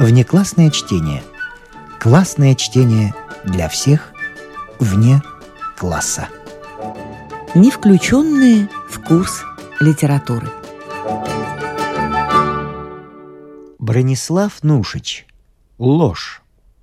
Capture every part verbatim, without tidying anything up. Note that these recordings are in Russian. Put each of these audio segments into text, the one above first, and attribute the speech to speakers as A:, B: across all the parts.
A: Внеклассное чтение. Классное чтение для всех вне класса.
B: Не включенные в курс литературы.
A: Бронислав Нушич. Ложь.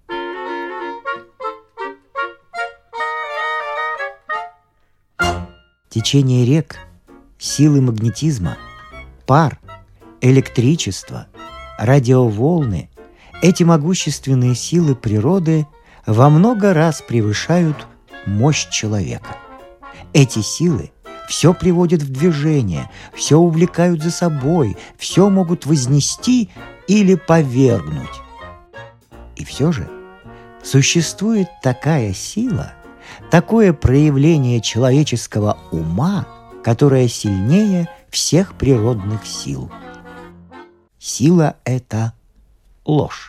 A: Течение рек, силы магнетизма, пар, электричество, радиоволны – эти могущественные силы природы во много раз превышают мощь человека. Эти силы все приводят в движение, все увлекают за собой, все могут вознести или повергнуть. И все же существует такая сила, такое проявление человеческого ума, которое сильнее всех природных сил. Сила – это ложь.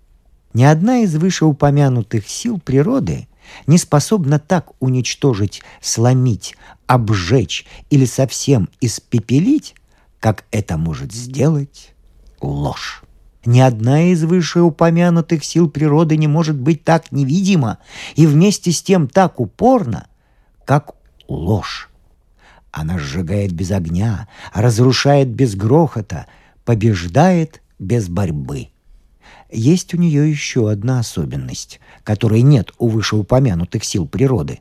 A: Ни одна из вышеупомянутых сил природы не способна так уничтожить, сломить, обжечь или совсем испепелить, как это может сделать ложь. Ни одна из вышеупомянутых сил природы не может быть так невидима и вместе с тем так упорна, как ложь. Она сжигает без огня, разрушает без грохота, побеждает без борьбы. Есть у нее еще одна особенность, которой нет у вышеупомянутых сил природы.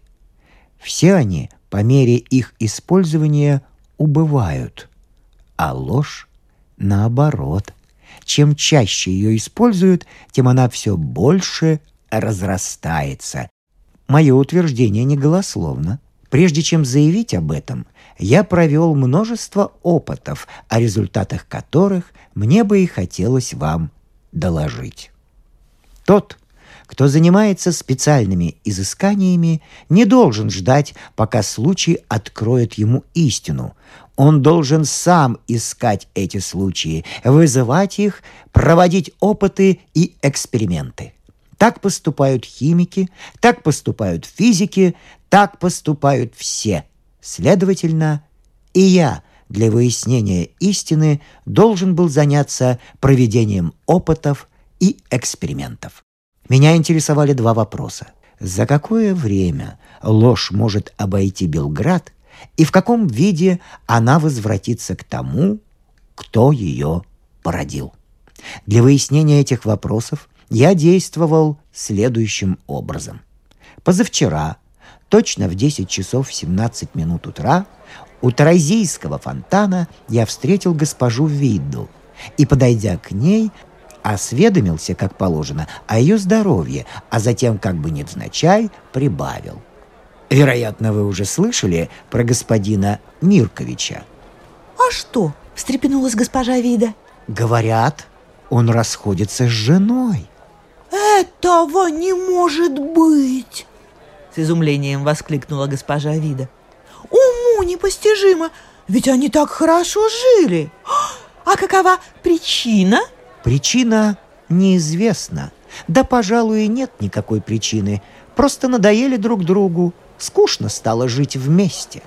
A: Все они по мере их использования убывают, а ложь наоборот. Чем чаще ее используют, тем она все больше разрастается. Мое утверждение не голословно. Прежде чем заявить об этом, я провел множество опытов, о результатах которых мне бы и хотелось вам доложить. Тот, кто занимается специальными изысканиями, не должен ждать, пока случай откроет ему истину. Он должен сам искать эти случаи, вызывать их, проводить опыты и эксперименты. Так поступают химики, так поступают физики, так поступают все. Следовательно, и я для выяснения истины должен был заняться проведением опытов и экспериментов. Меня интересовали два вопроса. За какое время ложь может обойти Белград и в каком виде она возвратится к тому, кто ее породил? Для выяснения этих вопросов я действовал следующим образом. Позавчера, точно в десять часов семнадцать минут утра, у Таразийского фонтана я встретил госпожу Виду и, подойдя к ней, осведомился, как положено, о ее здоровье, а затем, как бы невзначай, прибавил. Вероятно, вы уже слышали про господина Мирковича.
B: «А что?» – встрепенулась госпожа Вида.
A: «Говорят, он расходится с женой».
B: «Этого не может быть!» – с изумлением воскликнула госпожа Вида. «Уму непостижимо, ведь они так хорошо жили. А какова причина?»
A: «Причина неизвестна. Да, пожалуй, и нет никакой причины. Просто надоели друг другу. Скучно стало жить вместе».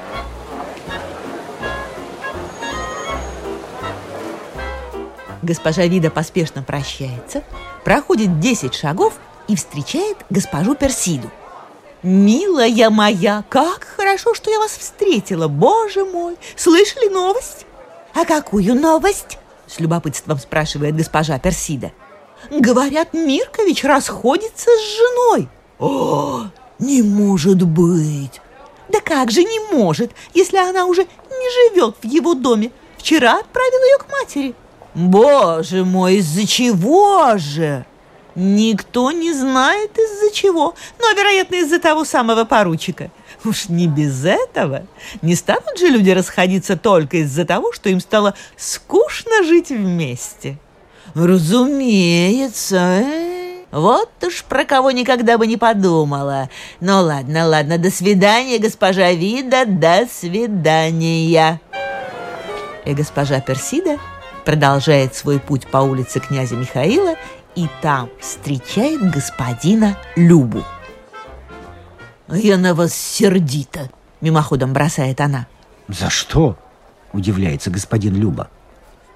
B: Госпожа Вида поспешно прощается, проходит десять шагов и встречает госпожу Персиду. «Милая моя, как хорошо, что я вас встретила! Боже мой! Слышали новость?» «А какую новость?» — с любопытством спрашивает госпожа Персида. «Говорят, Миркович расходится с женой». «О, не может быть!» «Да как же не может, если она уже не живет в его доме? Вчера отправила ее к матери». «Боже мой, из-за чего же?» «Никто не знает, из-за чего, но, вероятно, из-за того самого поручика. Уж не без этого. Не станут же люди расходиться только из-за того, что им стало скучно жить вместе». «Разумеется, э? Вот уж про кого никогда бы не подумала. Ну ладно, ладно, до свидания, госпожа Вида, до свидания». И госпожа Персида продолжает свой путь по улице князя Михаила и там встречает господина Любу. «Я на вас сердита», — мимоходом бросает она.
A: «За что?» — удивляется господин Люба.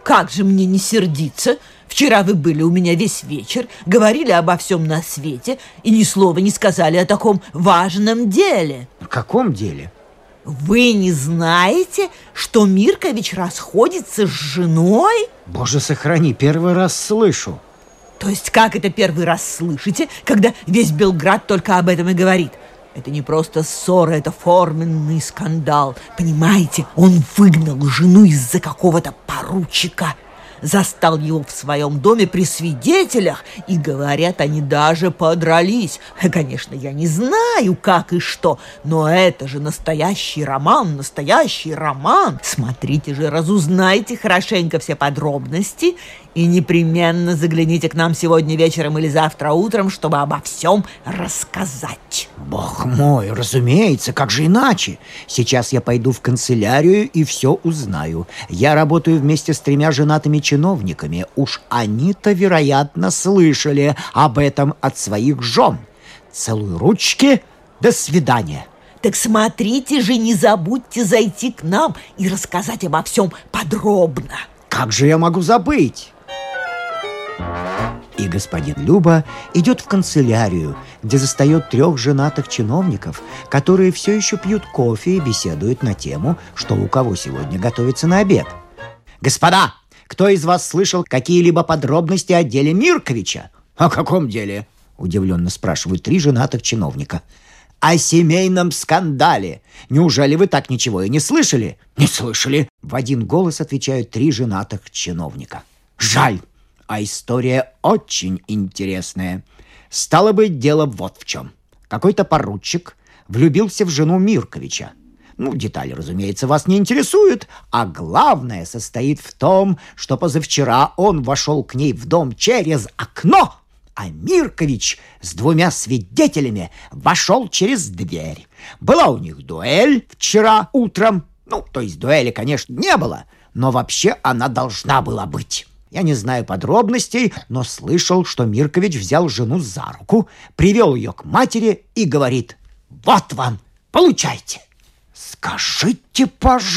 B: как же мне не сердиться? Вчера вы были у меня весь вечер, говорили обо всем на свете и ни слова не сказали о таком важном деле.
A: В каком деле?
B: Вы не знаете, что Миркович расходится с женой?
A: Боже, сохрани, первый раз слышу.
B: То есть как это первый раз слышите, когда весь Белград только об этом и говорит? Это не просто ссора, это форменный скандал. Понимаете, он выгнал жену из-за какого-то поручика. Застал его в своем доме при свидетелях, и, говорят, они даже подрались. Конечно, я не знаю, как и что, но это же настоящий роман, настоящий роман. Смотрите же, разузнайте хорошенько все подробности и непременно загляните к нам сегодня вечером или завтра утром, чтобы обо всем рассказать.
A: Бог мой, разумеется, как же иначе? Сейчас я пойду в канцелярию и все узнаю. Я работаю вместе с тремя женатыми чиновниками. Уж они-то, вероятно, слышали об этом от своих жен. Целуй ручки, до свидания.
B: Так смотрите же, не забудьте зайти к нам и рассказать обо всем подробно.
A: Как же я могу забыть? И господин Люба идет в канцелярию, где застает трех женатых чиновников, которые все еще пьют кофе и беседуют на тему, что у кого сегодня готовится на обед. «Господа, кто из вас слышал какие-либо подробности о деле Мирковича?» «О каком деле?» – удивленно спрашивают три женатых чиновника. «О семейном скандале. Неужели вы так ничего и не слышали?» «Не слышали», – в один голос отвечают три женатых чиновника. «Жаль. А история очень интересная. Стало быть, дело вот в чем. Какой-то поручик влюбился в жену Мирковича. Ну, детали, разумеется, вас не интересуют, а главное состоит в том, что позавчера он вошел к ней в дом через окно, а Миркович с двумя свидетелями вошел через дверь. Была у них дуэль вчера утром. Ну, то есть дуэли, конечно, не было, но вообще она должна была быть. Я не знаю подробностей, но слышал, что Миркович взял жену за руку, привел ее к матери и говорит: «Вот вам, получайте». «Скажите,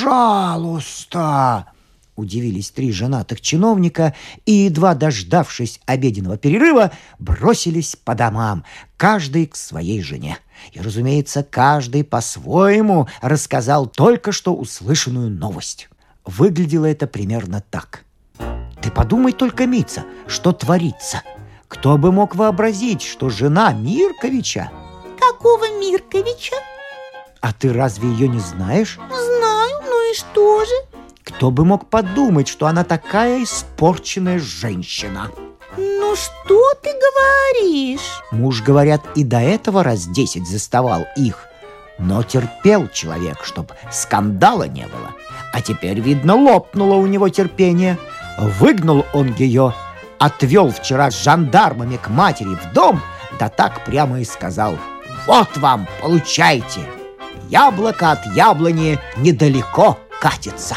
A: пожалуйста!» Удивились три женатых чиновника и, едва дождавшись обеденного перерыва, бросились по домам, каждый к своей жене. И, разумеется, каждый по-своему рассказал только что услышанную новость. Выглядело это примерно так. Ты подумай только, Митца, что творится. Кто бы мог вообразить, что жена Мирковича...
B: Какого Мирковича?
A: А ты разве ее не знаешь?
B: Знаю, ну и что же?
A: Кто бы мог подумать, что она такая испорченная женщина?
B: Ну что ты говоришь?
A: Муж, говорят, и до этого раз десять заставал их. Но терпел человек, чтоб скандала не было. А теперь, видно, лопнуло у него терпение. Выгнал он ее, отвел вчера с жандармами к матери в дом, да так прямо и сказал: «Вот вам, получайте! Яблоко от яблони недалеко катится».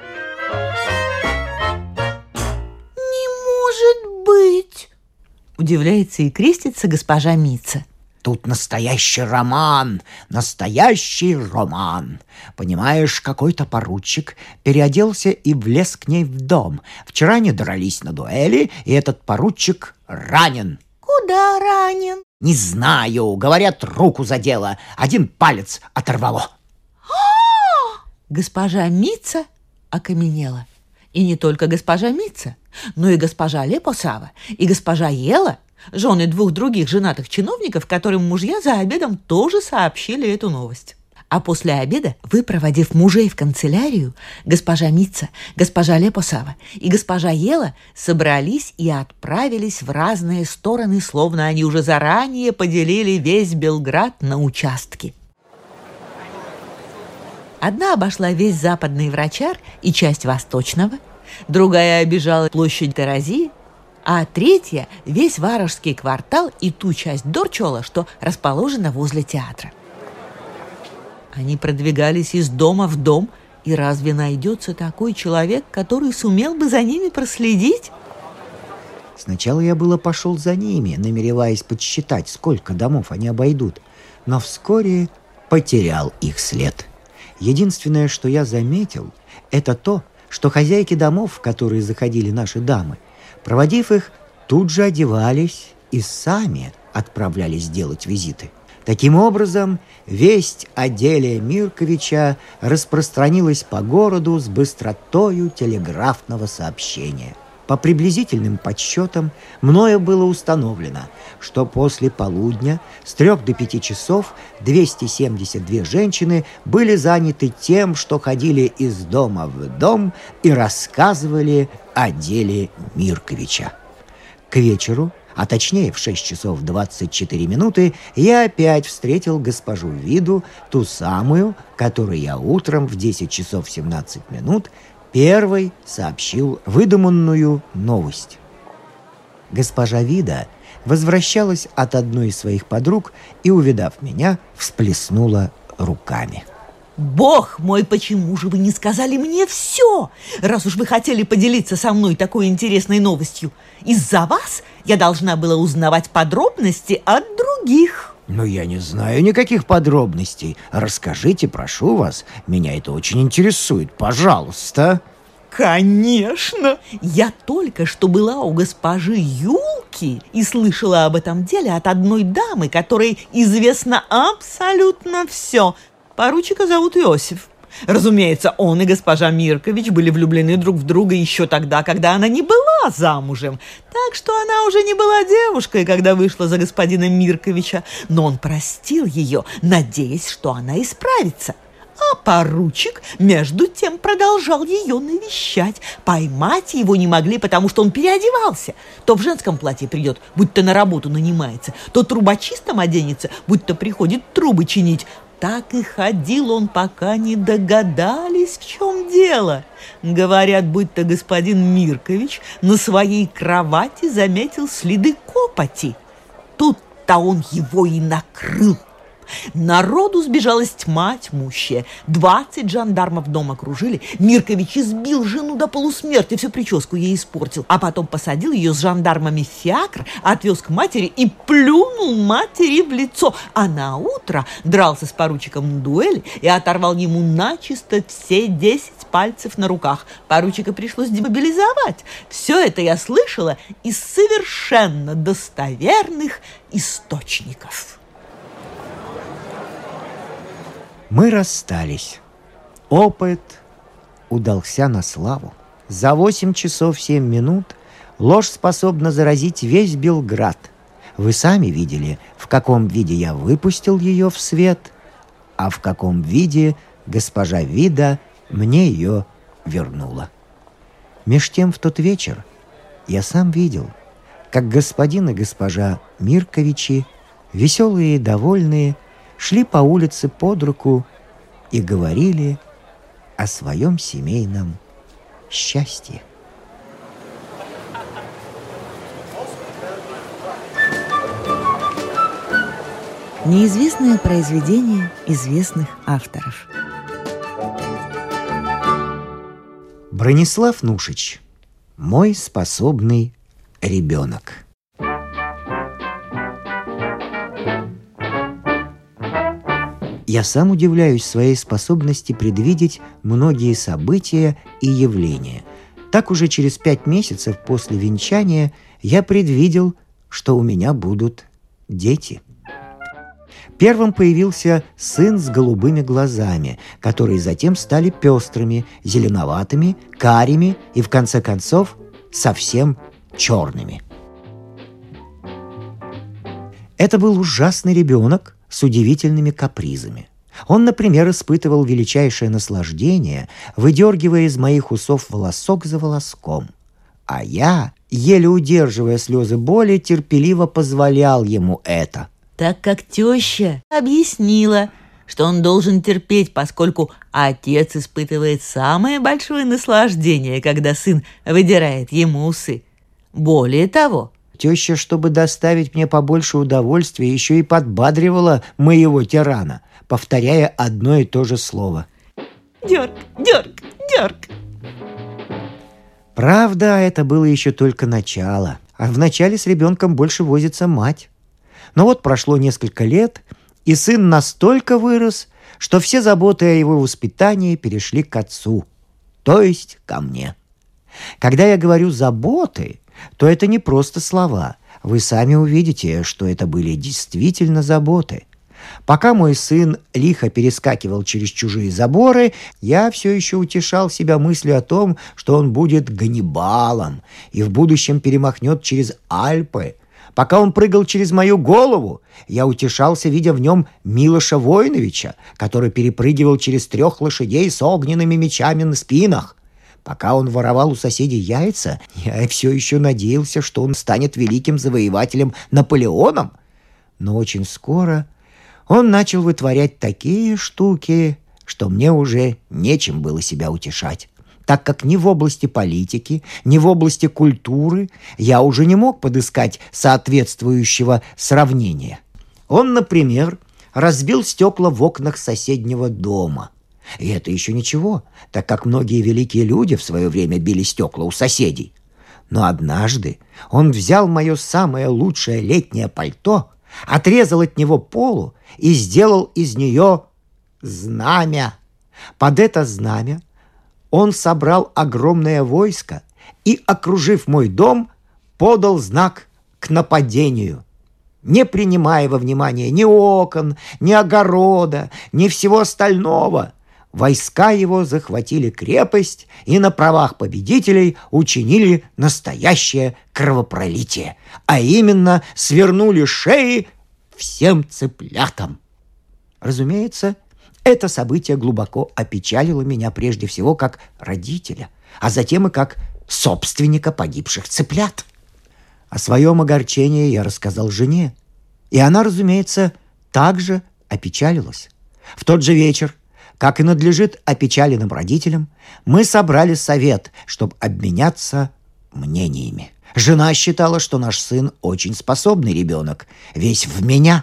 B: Не может быть! Удивляется и крестится госпожа Митца.
A: Тут настоящий роман, настоящий роман. Понимаешь, какой-то поручик переоделся и влез к ней в дом. Вчера они дрались на дуэли, и этот поручик ранен.
B: Куда ранен?
A: Не знаю, говорят, руку задело, один палец оторвало.
B: Госпожа Митца окаменела. И не только госпожа Митца, но и госпожа Лепосава, и госпожа Ела, жены двух других женатых чиновников, которым мужья за обедом тоже сообщили эту новость. А после обеда, выпроводив мужей в канцелярию, госпожа Митца, госпожа Лепосава и госпожа Ела собрались и отправились в разные стороны, словно они уже заранее поделили весь Белград на участки. Одна обошла весь западный Врачар и часть восточного, другая обежала площадь Тарази, а третья – весь Варожский квартал и ту часть Дорчола, что расположена возле театра. Они продвигались из дома в дом, и разве найдется такой человек, который сумел бы за ними проследить?
A: Сначала я было пошел за ними, намереваясь подсчитать, сколько домов они обойдут, но вскоре потерял их след. Единственное, что я заметил, это то, что хозяйки домов, в которые заходили наши дамы, проводив их, тут же одевались и сами отправлялись делать визиты. Таким образом, весть о деле Мирковича распространилась по городу с быстротою телеграфного сообщения. По приблизительным подсчетам, мною было установлено, что после полудня с трех до пяти часов двести семьдесят две женщины были заняты тем, что ходили из дома в дом и рассказывали о деле Мирковича. К вечеру, а точнее в шесть часов двадцать четыре минуты, я опять встретил госпожу Виду, ту самую, которой я утром в десять часов семнадцать минут первой сообщил выдуманную новость. Госпожа Вида возвращалась от одной из своих подруг и, увидав меня, всплеснула руками.
B: Бог мой, почему же вы не сказали мне все, раз уж вы хотели поделиться со мной такой интересной новостью? Из-за вас я должна была узнавать подробности от других.
A: Но я не знаю никаких подробностей. Расскажите, прошу вас. Меня это очень интересует. Пожалуйста.
B: Конечно. Я только что была у госпожи Юлки и слышала об этом деле от одной дамы, которой известно абсолютно все. Поручика зовут Иосиф. Разумеется, он и госпожа Миркович были влюблены друг в друга еще тогда, когда она не была замужем. Так что она уже не была девушкой, когда вышла за господина Мирковича. Но он простил ее, надеясь, что она исправится. А поручик, между тем, продолжал ее навещать. Поймать его не могли, потому что он переодевался. То в женском платье придет, будто на работу нанимается, то трубочистом оденется, будто приходит трубы чинить. Так и ходил он, пока не догадались, в чем дело. Говорят, будто господин Миркович на своей кровати заметил следы копоти. Тут-то он его и накрыл. Народу сбежалась тьма тьмущая. Двадцать жандармов дом окружили. Миркович избил жену до полусмерти, всю прическу ей испортил. А потом посадил ее с жандармами в фиакр, отвез к матери и плюнул матери в лицо. А на утро дрался с поручиком на дуэли и оторвал ему начисто все десять пальцев на руках. Поручика пришлось демобилизовать. Все это я слышала из совершенно достоверных источников.
A: Мы расстались. Опыт удался на славу. За восемь часов семь минут ложь способна заразить весь Белград. Вы сами видели, в каком виде я выпустил ее в свет, а в каком виде госпожа Вида мне ее вернула. Меж тем в тот вечер я сам видел, как господин и госпожа Мирковичи, веселые и довольные, шли по улице под руку и говорили о своем семейном счастье.
B: Неизвестное произведение известных авторов.
A: Бронислав Нушич. Мой способный ребенок. Я сам удивляюсь своей способности предвидеть многие события и явления. Так уже через пять месяцев после венчания я предвидел, что у меня будут дети. Первым появился сын с голубыми глазами, которые затем стали пестрыми, зеленоватыми, карими и, в конце концов, совсем черными. Это был ужасный ребенок с удивительными капризами. Он, например, испытывал величайшее наслаждение, выдергивая из моих усов волосок за волоском. А я, еле удерживая слезы боли, терпеливо позволял ему это.
B: Так как теща объяснила, что он должен терпеть, поскольку отец испытывает самое большое наслаждение, когда сын выдирает ему усы. Более того,
A: теща, чтобы доставить мне побольше удовольствия, еще и подбадривала моего тирана, повторяя одно и то же слово.
B: «Дерг, дерг, дерг».
A: Правда, это было еще только начало, а вначале с ребенком больше возится мать. Но вот прошло несколько лет, и сын настолько вырос, что все заботы о его воспитании перешли к отцу. то есть ко мне. Когда я говорю «заботы», то это не просто слова. Вы сами увидите, что это были действительно заботы. Пока мой сын лихо перескакивал через чужие заборы, я все еще утешал себя мыслью о том, что он будет Ганнибалом и в будущем перемахнет через Альпы. Пока он прыгал через мою голову, я утешался, видя в нем Милоша Войновича, который перепрыгивал через трех лошадей с огненными мечами на спинах. Пока он воровал у соседей яйца, я все еще надеялся, что он станет великим завоевателем Наполеоном. Но очень скоро он начал вытворять такие штуки, что мне уже нечем было себя утешать, так как ни в области политики, ни в области культуры я уже не мог подыскать соответствующего сравнения. Он, например, разбил стекла в окнах соседнего дома. И это еще ничего, так как многие великие люди в свое время били стекла у соседей. Но однажды он взял мое самое лучшее летнее пальто, отрезал от него полу и сделал из нее знамя. Под это знамя он собрал огромное войско и, окружив мой дом, подал знак к нападению. Не принимая во внимание ни окон, ни огорода, ни всего остального, войска его захватили крепость и на правах победителей учинили настоящее кровопролитие, а именно свернули шеи всем цыплятам. Разумеется, это событие глубоко опечалило меня прежде всего как родителя, а затем и как собственника погибших цыплят. О своем огорчении я рассказал жене, и она, разумеется, также опечалилась. В тот же вечер, как и надлежит опечаленным родителям, мы собрали совет, чтобы обменяться мнениями. Жена считала, что наш сын очень способный ребенок, весь в меня.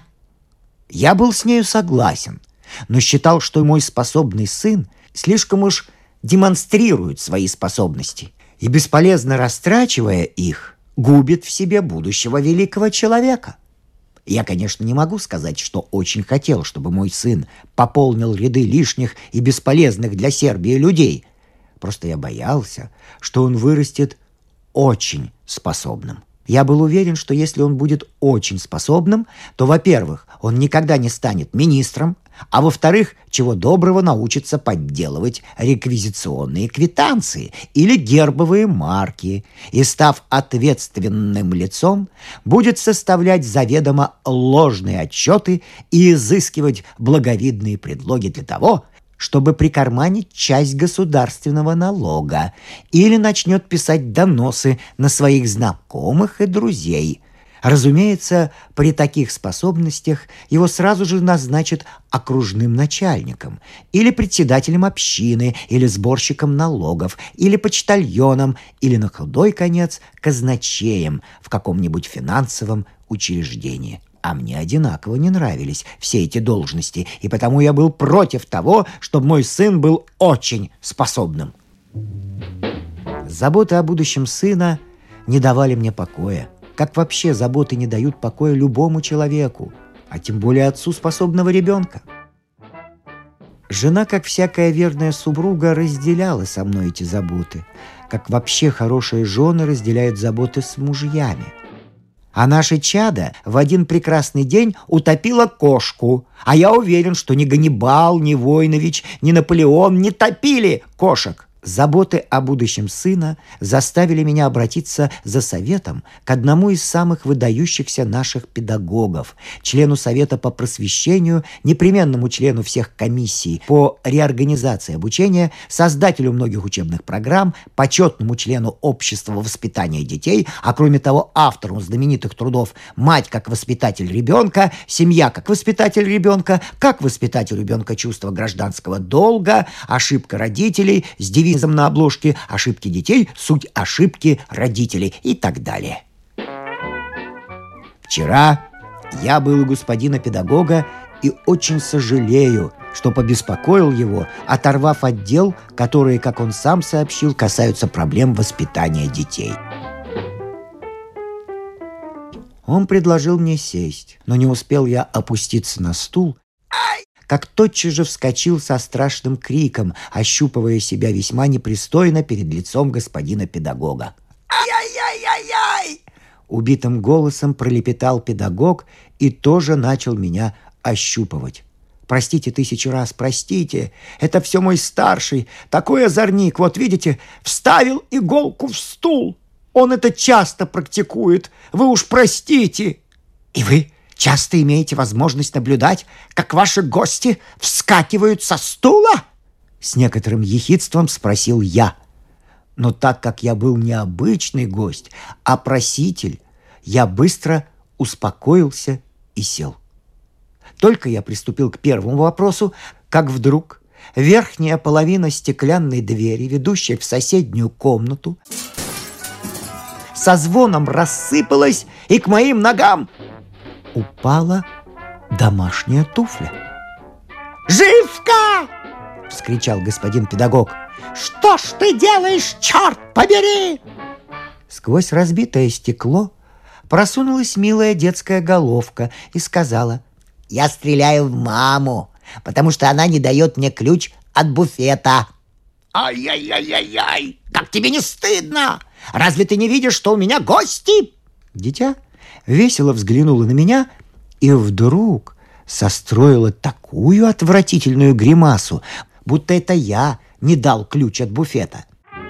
A: Я был с нею согласен, но считал, что мой способный сын слишком уж демонстрирует свои способности и, бесполезно растрачивая их, губит в себе будущего великого человека. Я, конечно, не могу сказать, что очень хотел, чтобы мой сын пополнил ряды лишних и бесполезных для Сербии людей. Просто я боялся, что он вырастет очень способным. Я был уверен, что если он будет очень способным, то, во-первых, он никогда не станет министром, а во-вторых, чего доброго научится подделывать реквизиционные квитанции или гербовые марки и, став ответственным лицом, будет составлять заведомо ложные отчеты и изыскивать благовидные предлоги для того, чтобы прикарманить часть государственного налога, или начнет писать доносы на своих знакомых и друзей. Разумеется, при таких способностях его сразу же назначат окружным начальником, или председателем общины, или сборщиком налогов, или почтальоном, или на худой конец казначеем в каком-нибудь финансовом учреждении. А мне одинаково не нравились все эти должности, и потому я был против того, чтобы мой сын был очень способным. Заботы о будущем сына не давали мне покоя, как вообще заботы не дают покоя любому человеку, а тем более отцу способного ребенка. Жена, как всякая верная супруга, разделяла со мной эти заботы, как вообще хорошие жены разделяют заботы с мужьями. А наше чадо в один прекрасный день утопило кошку. А я уверен, что ни Ганнибал, ни Войнович, ни Наполеон не топили кошек. Заботы о будущем сына заставили меня обратиться за советом к одному из самых выдающихся наших педагогов, члену Совета по просвещению, непременному члену всех комиссий по реорганизации обучения, создателю многих учебных программ, почетному члену Общества воспитания детей, а кроме того автору знаменитых трудов «Мать как воспитатель ребенка», «Семья как воспитатель ребенка», «Как воспитать у ребенка чувство гражданского долга», «Ошибка родителей» с девизом на обложке «Ошибки детей, суть ошибки родителей» и так далее. Вчера я был у господина педагога и очень сожалею, что побеспокоил его, оторвав от дел, которые, как он сам сообщил, касаются проблем воспитания детей. Он предложил мне сесть, но не успел я опуститься на стул, как тотчас же вскочил со страшным криком, ощупывая себя весьма непристойно перед лицом господина педагога. «Ай-яй-яй-яй-яй!» Убитым голосом пролепетал педагог и тоже начал меня ощупывать. «Простите тысячу раз, простите, это все мой старший, такой озорник, вот видите, вставил иголку в стул. Он это часто практикует, вы уж простите». «И вы часто имеете возможность наблюдать, как ваши гости вскакивают со стула?» С некоторым ехидством спросил я. Но так как я был не обычный гость, а проситель, я быстро успокоился и сел. Только я приступил к первому вопросу, как вдруг верхняя половина стеклянной двери, ведущей в соседнюю комнату, со звоном рассыпалась, и к моим ногам упала домашняя туфля. «Живка!» — вскричал господин педагог. «Что ж ты делаешь, черт побери?» Сквозь разбитое стекло просунулась милая детская головка и сказала: «Я стреляю в маму, потому что она не дает мне ключ от буфета». «Ай-яй-яй-яй-яй! Как тебе не стыдно? Разве ты не видишь, что у меня гости?» Дитя весело взглянула на меня и вдруг состроила такую отвратительную гримасу, будто это я не дал ключ от буфета.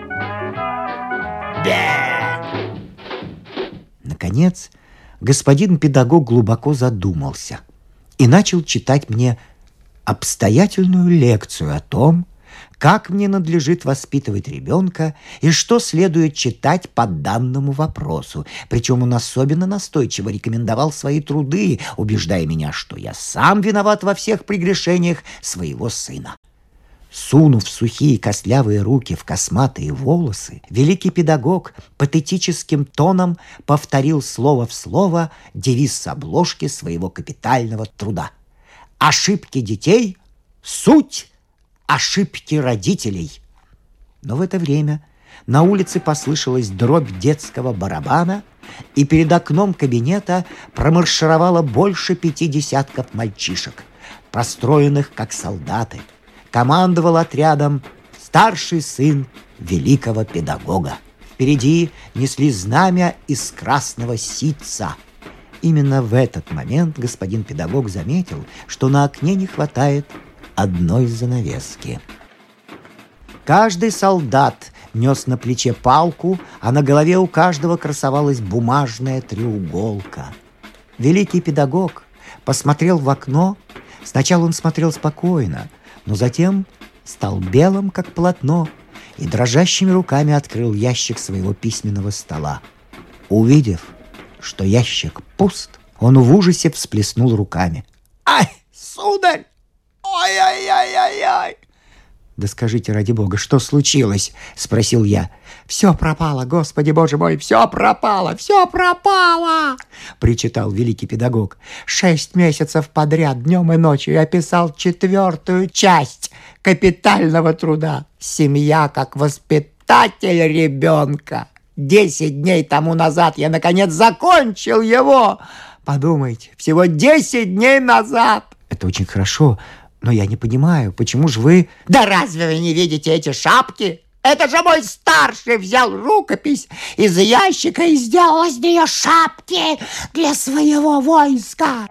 A: Бе! Наконец, господин педагог глубоко задумался и начал читать мне обстоятельную лекцию о том, как мне надлежит воспитывать ребенка и что следует читать по данному вопросу. Причем он особенно настойчиво рекомендовал свои труды, убеждая меня, что я сам виноват во всех прегрешениях своего сына. Сунув сухие костлявые руки в косматые волосы, великий педагог патетическим тоном повторил слово в слово девиз с обложки своего капитального труда: «Ошибки детей — суть ошибки родителей». Но в это время на улице послышалась дробь детского барабана, и перед окном кабинета промаршировало больше пяти десятков мальчишек, простроенных как солдаты. Командовал отрядом старший сын великого педагога. Впереди несли знамя из красного ситца. Именно в этот момент господин педагог заметил, что на окне не хватает одной занавески. Каждый солдат нес на плече палку, а на голове у каждого красовалась бумажная треуголка. Великий педагог посмотрел в окно. Сначала он смотрел спокойно, но затем стал белым, как полотно, и дрожащими руками открыл ящик своего письменного стола. Увидев, что ящик пуст, он в ужасе всплеснул руками. «Ай, сударь! Ой-ой-ой-ой-ой!» «Да скажите, ради бога, что случилось?» — спросил я. «Все пропало, Господи Боже мой, все пропало, все пропало!» — причитал великий педагог. «Шесть месяцев подряд, днем и ночью, я писал четвертую часть капитального труда. Семья как воспитатель ребенка. Десять дней тому назад я, наконец, закончил его. Подумайте, всего десять дней назад!» «Это очень хорошо, но я не понимаю, почему же вы...» «Да разве вы не видите эти шапки? Это же мой старший взял рукопись из ящика и сделал из нее шапки для своего войска!»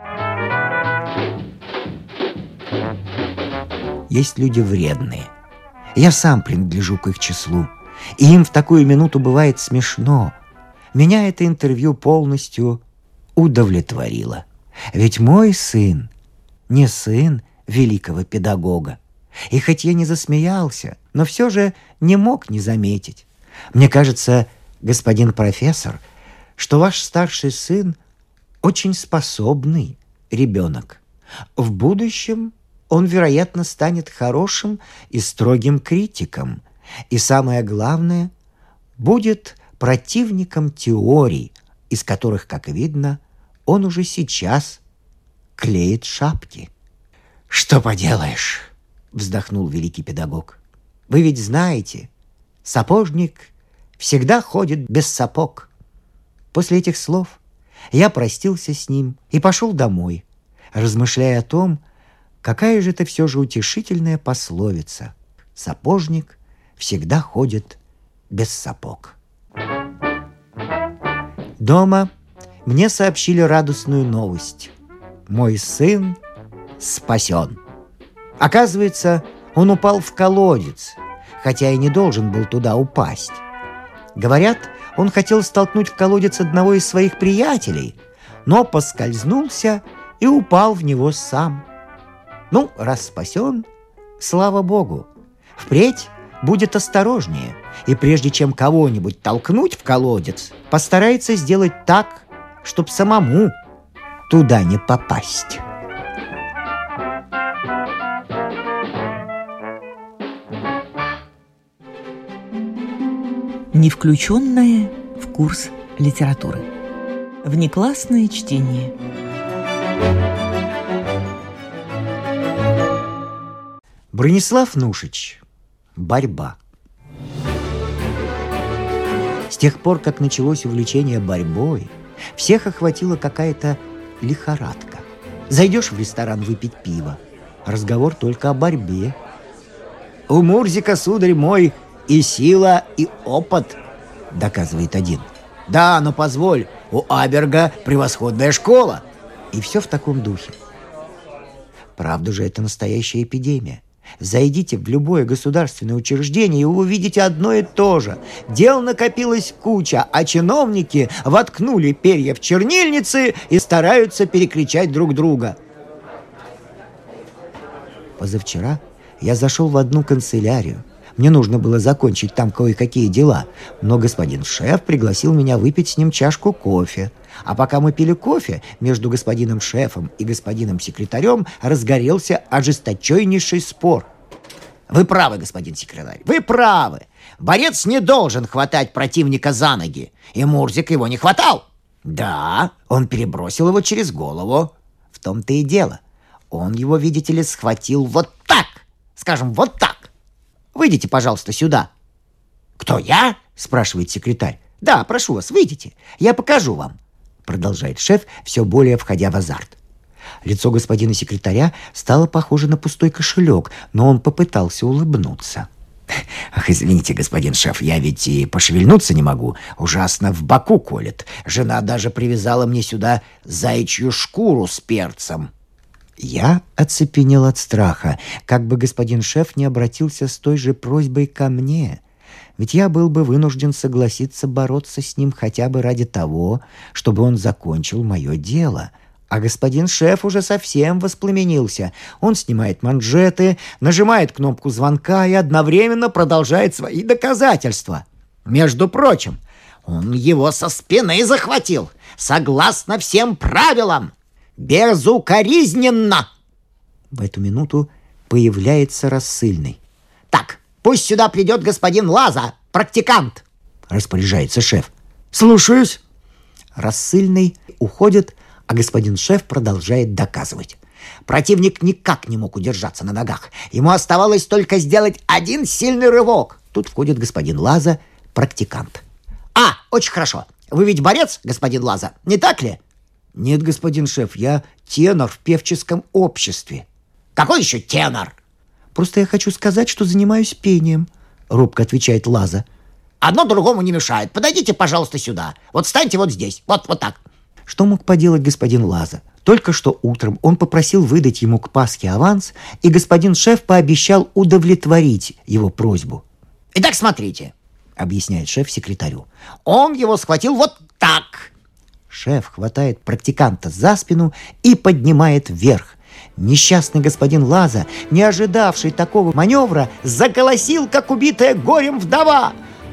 A: Есть люди вредные. Я сам принадлежу к их числу. И им в такую минуту бывает смешно. Меня это интервью полностью удовлетворило. Ведь мой сын не сын великого педагога. И хоть я не засмеялся, но все же не мог не заметить. Мне кажется, господин профессор, что ваш старший сын очень способный ребенок. В будущем он, вероятно, станет хорошим и строгим критиком. И самое главное, будет противником теорий, из которых, как видно, он уже сейчас клеит шапки. «Что поделаешь?» — вздохнул великий педагог. «Вы ведь знаете, сапожник всегда ходит без сапог». После этих слов я простился с ним и пошел домой, размышляя о том, Какая же это все же утешительная пословица: сапожник всегда ходит без сапог. Дома мне сообщили радостную новость. Мой сын спасен. Оказывается, он упал в колодец, хотя и не должен был туда упасть. Говорят, он хотел столкнуть в колодец одного из своих приятелей, но поскользнулся и упал в него сам. Ну, раз спасен, слава Богу. Впредь будет осторожнее, и прежде чем кого-нибудь толкнуть в колодец, постарается сделать так, чтоб самому туда не попасть.
B: Не включенное в курс литературы. Внеклассное чтение.
A: Бронислав Нушич. Борьба. С тех пор, как началось увлечение борьбой, всех охватила какая-то лихорадка. Зайдешь в ресторан выпить пиво, разговор только о борьбе. «У Мурзика, сударь мой, и сила, и опыт», — доказывает один. «Да, но позволь, у Аберга превосходная школа». И все в таком духе. Правда же, это настоящая эпидемия. Зайдите в любое государственное учреждение, и вы увидите одно и то же. Дел накопилась куча, а чиновники воткнули перья в чернильницы и стараются перекричать друг друга. Позавчера я зашел в одну канцелярию. Мне нужно было закончить там кое-какие дела, но господин шеф пригласил меня выпить с ним чашку кофе. А пока мы пили кофе, между господином шефом и господином секретарем разгорелся ожесточайший спор. «Вы правы, господин секретарь, вы правы. Борец не должен хватать противника за ноги, и Мурзик его не хватал. Да, он перебросил его через голову. В том-то и дело. Он его, видите ли, схватил вот так, скажем, вот так. Выйдите, пожалуйста, сюда». «Кто, я?» – спрашивает секретарь. «Да, прошу вас, выйдите, я покажу вам», – продолжает шеф, все более входя в азарт. Лицо господина секретаря стало похоже на пустой кошелек, но он попытался улыбнуться. «Ах, извините, господин шеф, я ведь и пошевельнуться не могу. Ужасно в боку колет. Жена даже привязала мне сюда заячью шкуру с перцем». Я оцепенел от страха, как бы господин шеф не обратился с той же просьбой ко мне. Ведь я был бы вынужден согласиться бороться с ним хотя бы ради того, чтобы он закончил мое дело. А господин шеф уже совсем воспламенился. Он снимает манжеты, нажимает кнопку звонка и одновременно продолжает свои доказательства. Между прочим, он его со спины захватил, согласно всем правилам. Безукоризненно. В эту минуту появляется рассыльный. «Так, пусть сюда придет господин Лаза, практикант», — распоряжается шеф. «Слушаюсь». Рассыльный уходит, а господин шеф продолжает доказывать. Противник никак не мог удержаться на ногах. Ему оставалось только сделать один сильный рывок. Тут входит господин Лаза, практикант. «А, очень хорошо. Вы ведь борец, господин Лаза, не так ли?» «Нет, господин шеф, я тенор в певческом обществе». «Какой еще тенор?» «Просто я хочу сказать, что занимаюсь пением», — робко отвечает Лаза. «Одно другому не мешает. Подойдите, пожалуйста, сюда. Вот встаньте вот здесь. Вот, вот так». Что мог поделать господин Лаза? Только что утром он попросил выдать ему к Пасхе аванс, и господин шеф пообещал удовлетворить его просьбу. «Итак, смотрите», — объясняет шеф секретарю. «Он его схватил вот так». Шеф хватает практиканта за спину и поднимает вверх. Несчастный господин Лаза, не ожидавший такого маневра, заколосил, как убитая горем вдова.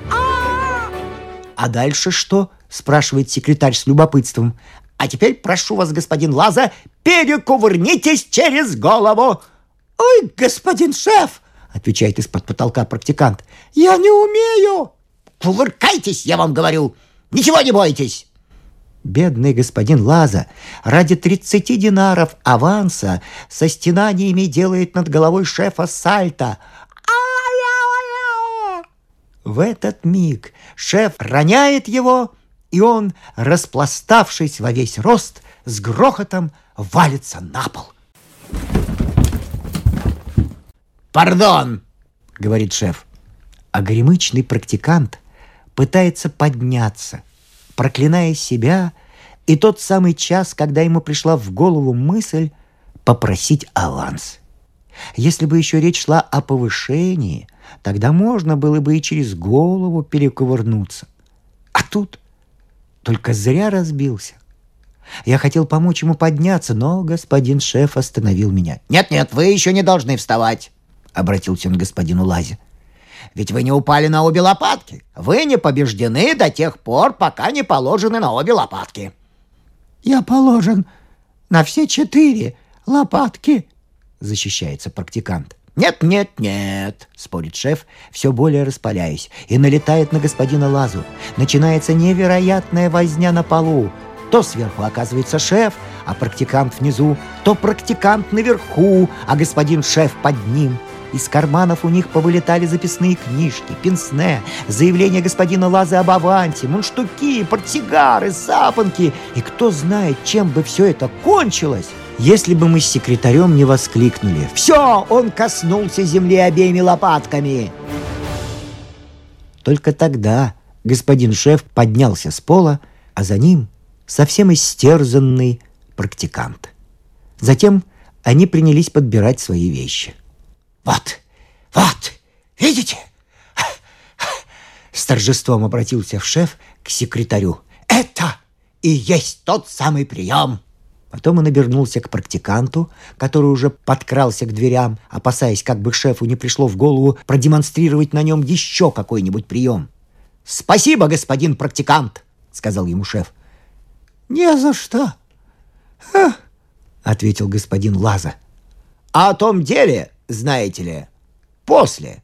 A: «А дальше что?» – спрашивает секретарь с любопытством. «А теперь прошу вас, господин Лаза, перекувырнитесь через голову». «Ой, господин шеф!» – отвечает из-под потолка практикант. «Я не умею!» «Кувыркайтесь, я вам говорю! Ничего не бойтесь!» Бедный господин Лаза ради тридцати динаров аванса со стенаниями делает над головой шефа сальто. В этот миг шеф роняет его, и он, распластавшись во весь рост, с грохотом валится на пол. «Пардон!» — говорит шеф. А горемычный практикант пытается подняться, проклиная себя и тот самый час, когда ему пришла в голову мысль попросить аванс. Если бы еще речь шла о повышении, тогда можно было бы и через голову перекувырнуться. А тут только зря разбился. Я хотел помочь ему подняться, но господин шеф остановил меня. «Нет-нет, вы еще не должны вставать», — обратился он к господину Лазе. «Ведь вы не упали на обе лопатки. Вы не побеждены до тех пор, пока не положены на обе лопатки». «Я положен на все четыре лопатки», — защищается практикант. «Нет, нет, нет», — спорит шеф, все более распаляясь, и налетает на господина Лазу. Начинается невероятная возня на полу. То сверху оказывается шеф, а практикант внизу, то практикант наверху, а господин шеф под ним. Из карманов у них повылетали записные книжки, пенсне, заявления господина Лазы об авансе, мундштуки, портсигары, запонки. И кто знает, чем бы все это кончилось, если бы мы с секретарем не воскликнули: «Все, он коснулся земли обеими лопатками!» Только тогда господин шеф поднялся с пола, а за ним совсем истерзанный практикант. Затем они принялись подбирать свои вещи. «Вот, вот, видите?» С торжеством обратился шеф к секретарю. «Это и есть тот самый прием!» Потом он обернулся к практиканту, который уже подкрался к дверям, опасаясь, как бы шефу не пришло в голову продемонстрировать на нем еще какой-нибудь прием. «Спасибо, господин практикант!» — сказал ему шеф. «Не за что!» — ответил господин Лаза. «А о том деле, знаете ли, после».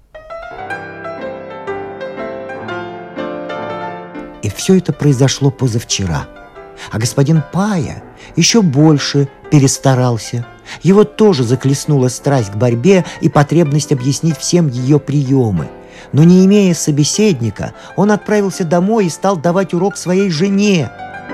A: И все это произошло позавчера. А господин Пая еще больше перестарался. Его тоже захлестнула страсть к борьбе и потребность объяснить всем ее приемы. Но не имея собеседника, он отправился домой и стал давать урок своей жене.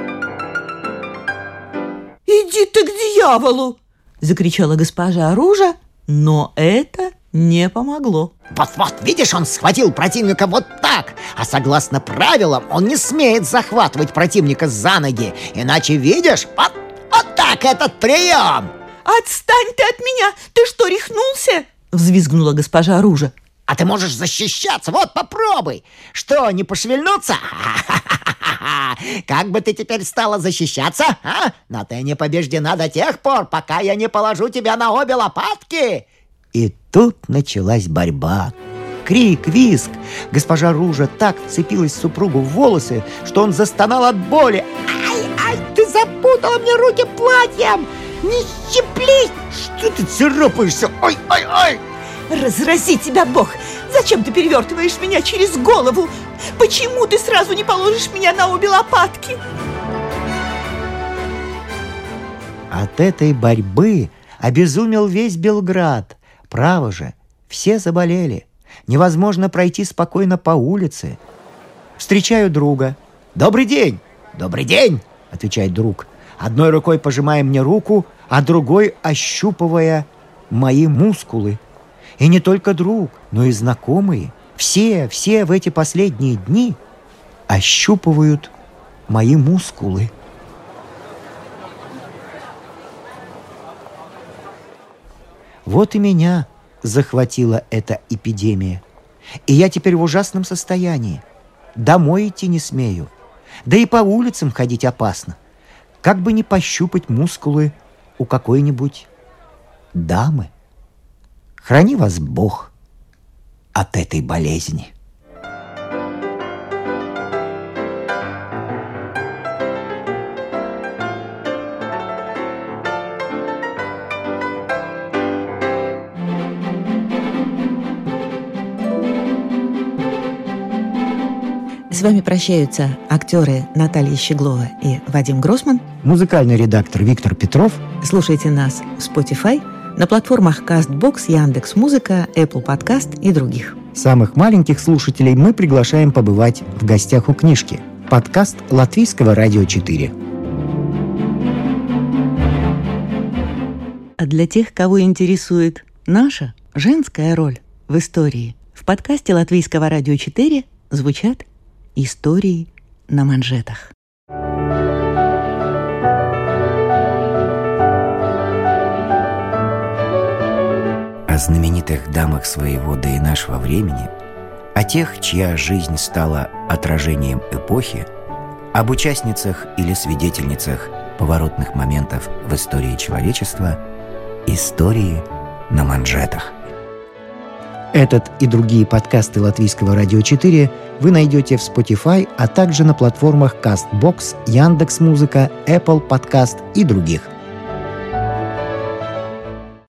B: «Иди ты к дьяволу!» — закричала госпожа Ружа, но это не помогло.
A: «Вот-вот, видишь, он схватил противника вот так, а согласно правилам он не смеет захватывать противника за ноги, иначе, видишь, вот, вот так этот прием!»
B: «Отстань ты от меня! Ты что, рехнулся?» — взвизгнула госпожа Ружа.
A: «А ты можешь защищаться, вот попробуй! Что, не пошевельнуться? Как бы ты теперь стала защищаться, а? Но ты не побеждена до тех пор, пока я не положу тебя на обе лопатки!» И тут началась борьба. Крик, визг. Госпожа Ружа так вцепилась супругу в волосы, что он застонал от боли. «Ай, ай, ты запутала мне руки платьем! Не щиплись! Что ты царапаешься? Ой, ой, ой!»
B: «Разрази тебя Бог! Зачем ты перевертываешь меня через голову? Почему ты сразу не положишь меня на обе лопатки?»
A: От этой борьбы обезумел весь Белград. Право же, все заболели. Невозможно пройти спокойно по улице. Встречаю друга. «Добрый день!» «Добрый день!» — отвечает друг, одной рукой пожимая мне руку, а другой ощупывая мои мускулы. И не только друг, но и знакомые. Все, все в эти последние дни ощупывают мои мускулы. Вот и меня захватила эта эпидемия. И я теперь в ужасном состоянии. Домой идти не смею. Да и по улицам ходить опасно. Как бы не пощупать мускулы у какой-нибудь дамы. Храни вас Бог от этой болезни.
B: С вами прощаются актеры Наталья Щеглова и Вадим Гроссман.
A: Музыкальный редактор Виктор Петров.
B: Слушайте нас в Spotify, на платформах CastBox, Яндекс.Музыка, Apple Podcast и других.
A: Самых маленьких слушателей мы приглашаем побывать в гостях у книжки. Подкаст Латвийского радио четыре.
B: А для тех, кого интересует наша женская роль в истории. В подкасте Латвийского радио четыре звучат истории на манжетах.
A: О знаменитых дамах своего да и нашего времени, о тех, чья жизнь стала отражением эпохи, об участницах или свидетельницах поворотных моментов в истории человечества, истории на манжетах. Этот и другие подкасты Латвийского радио четыре вы найдете в Spotify, а также на платформах Castbox, Яндекс.Музыка, Apple Podcast и других.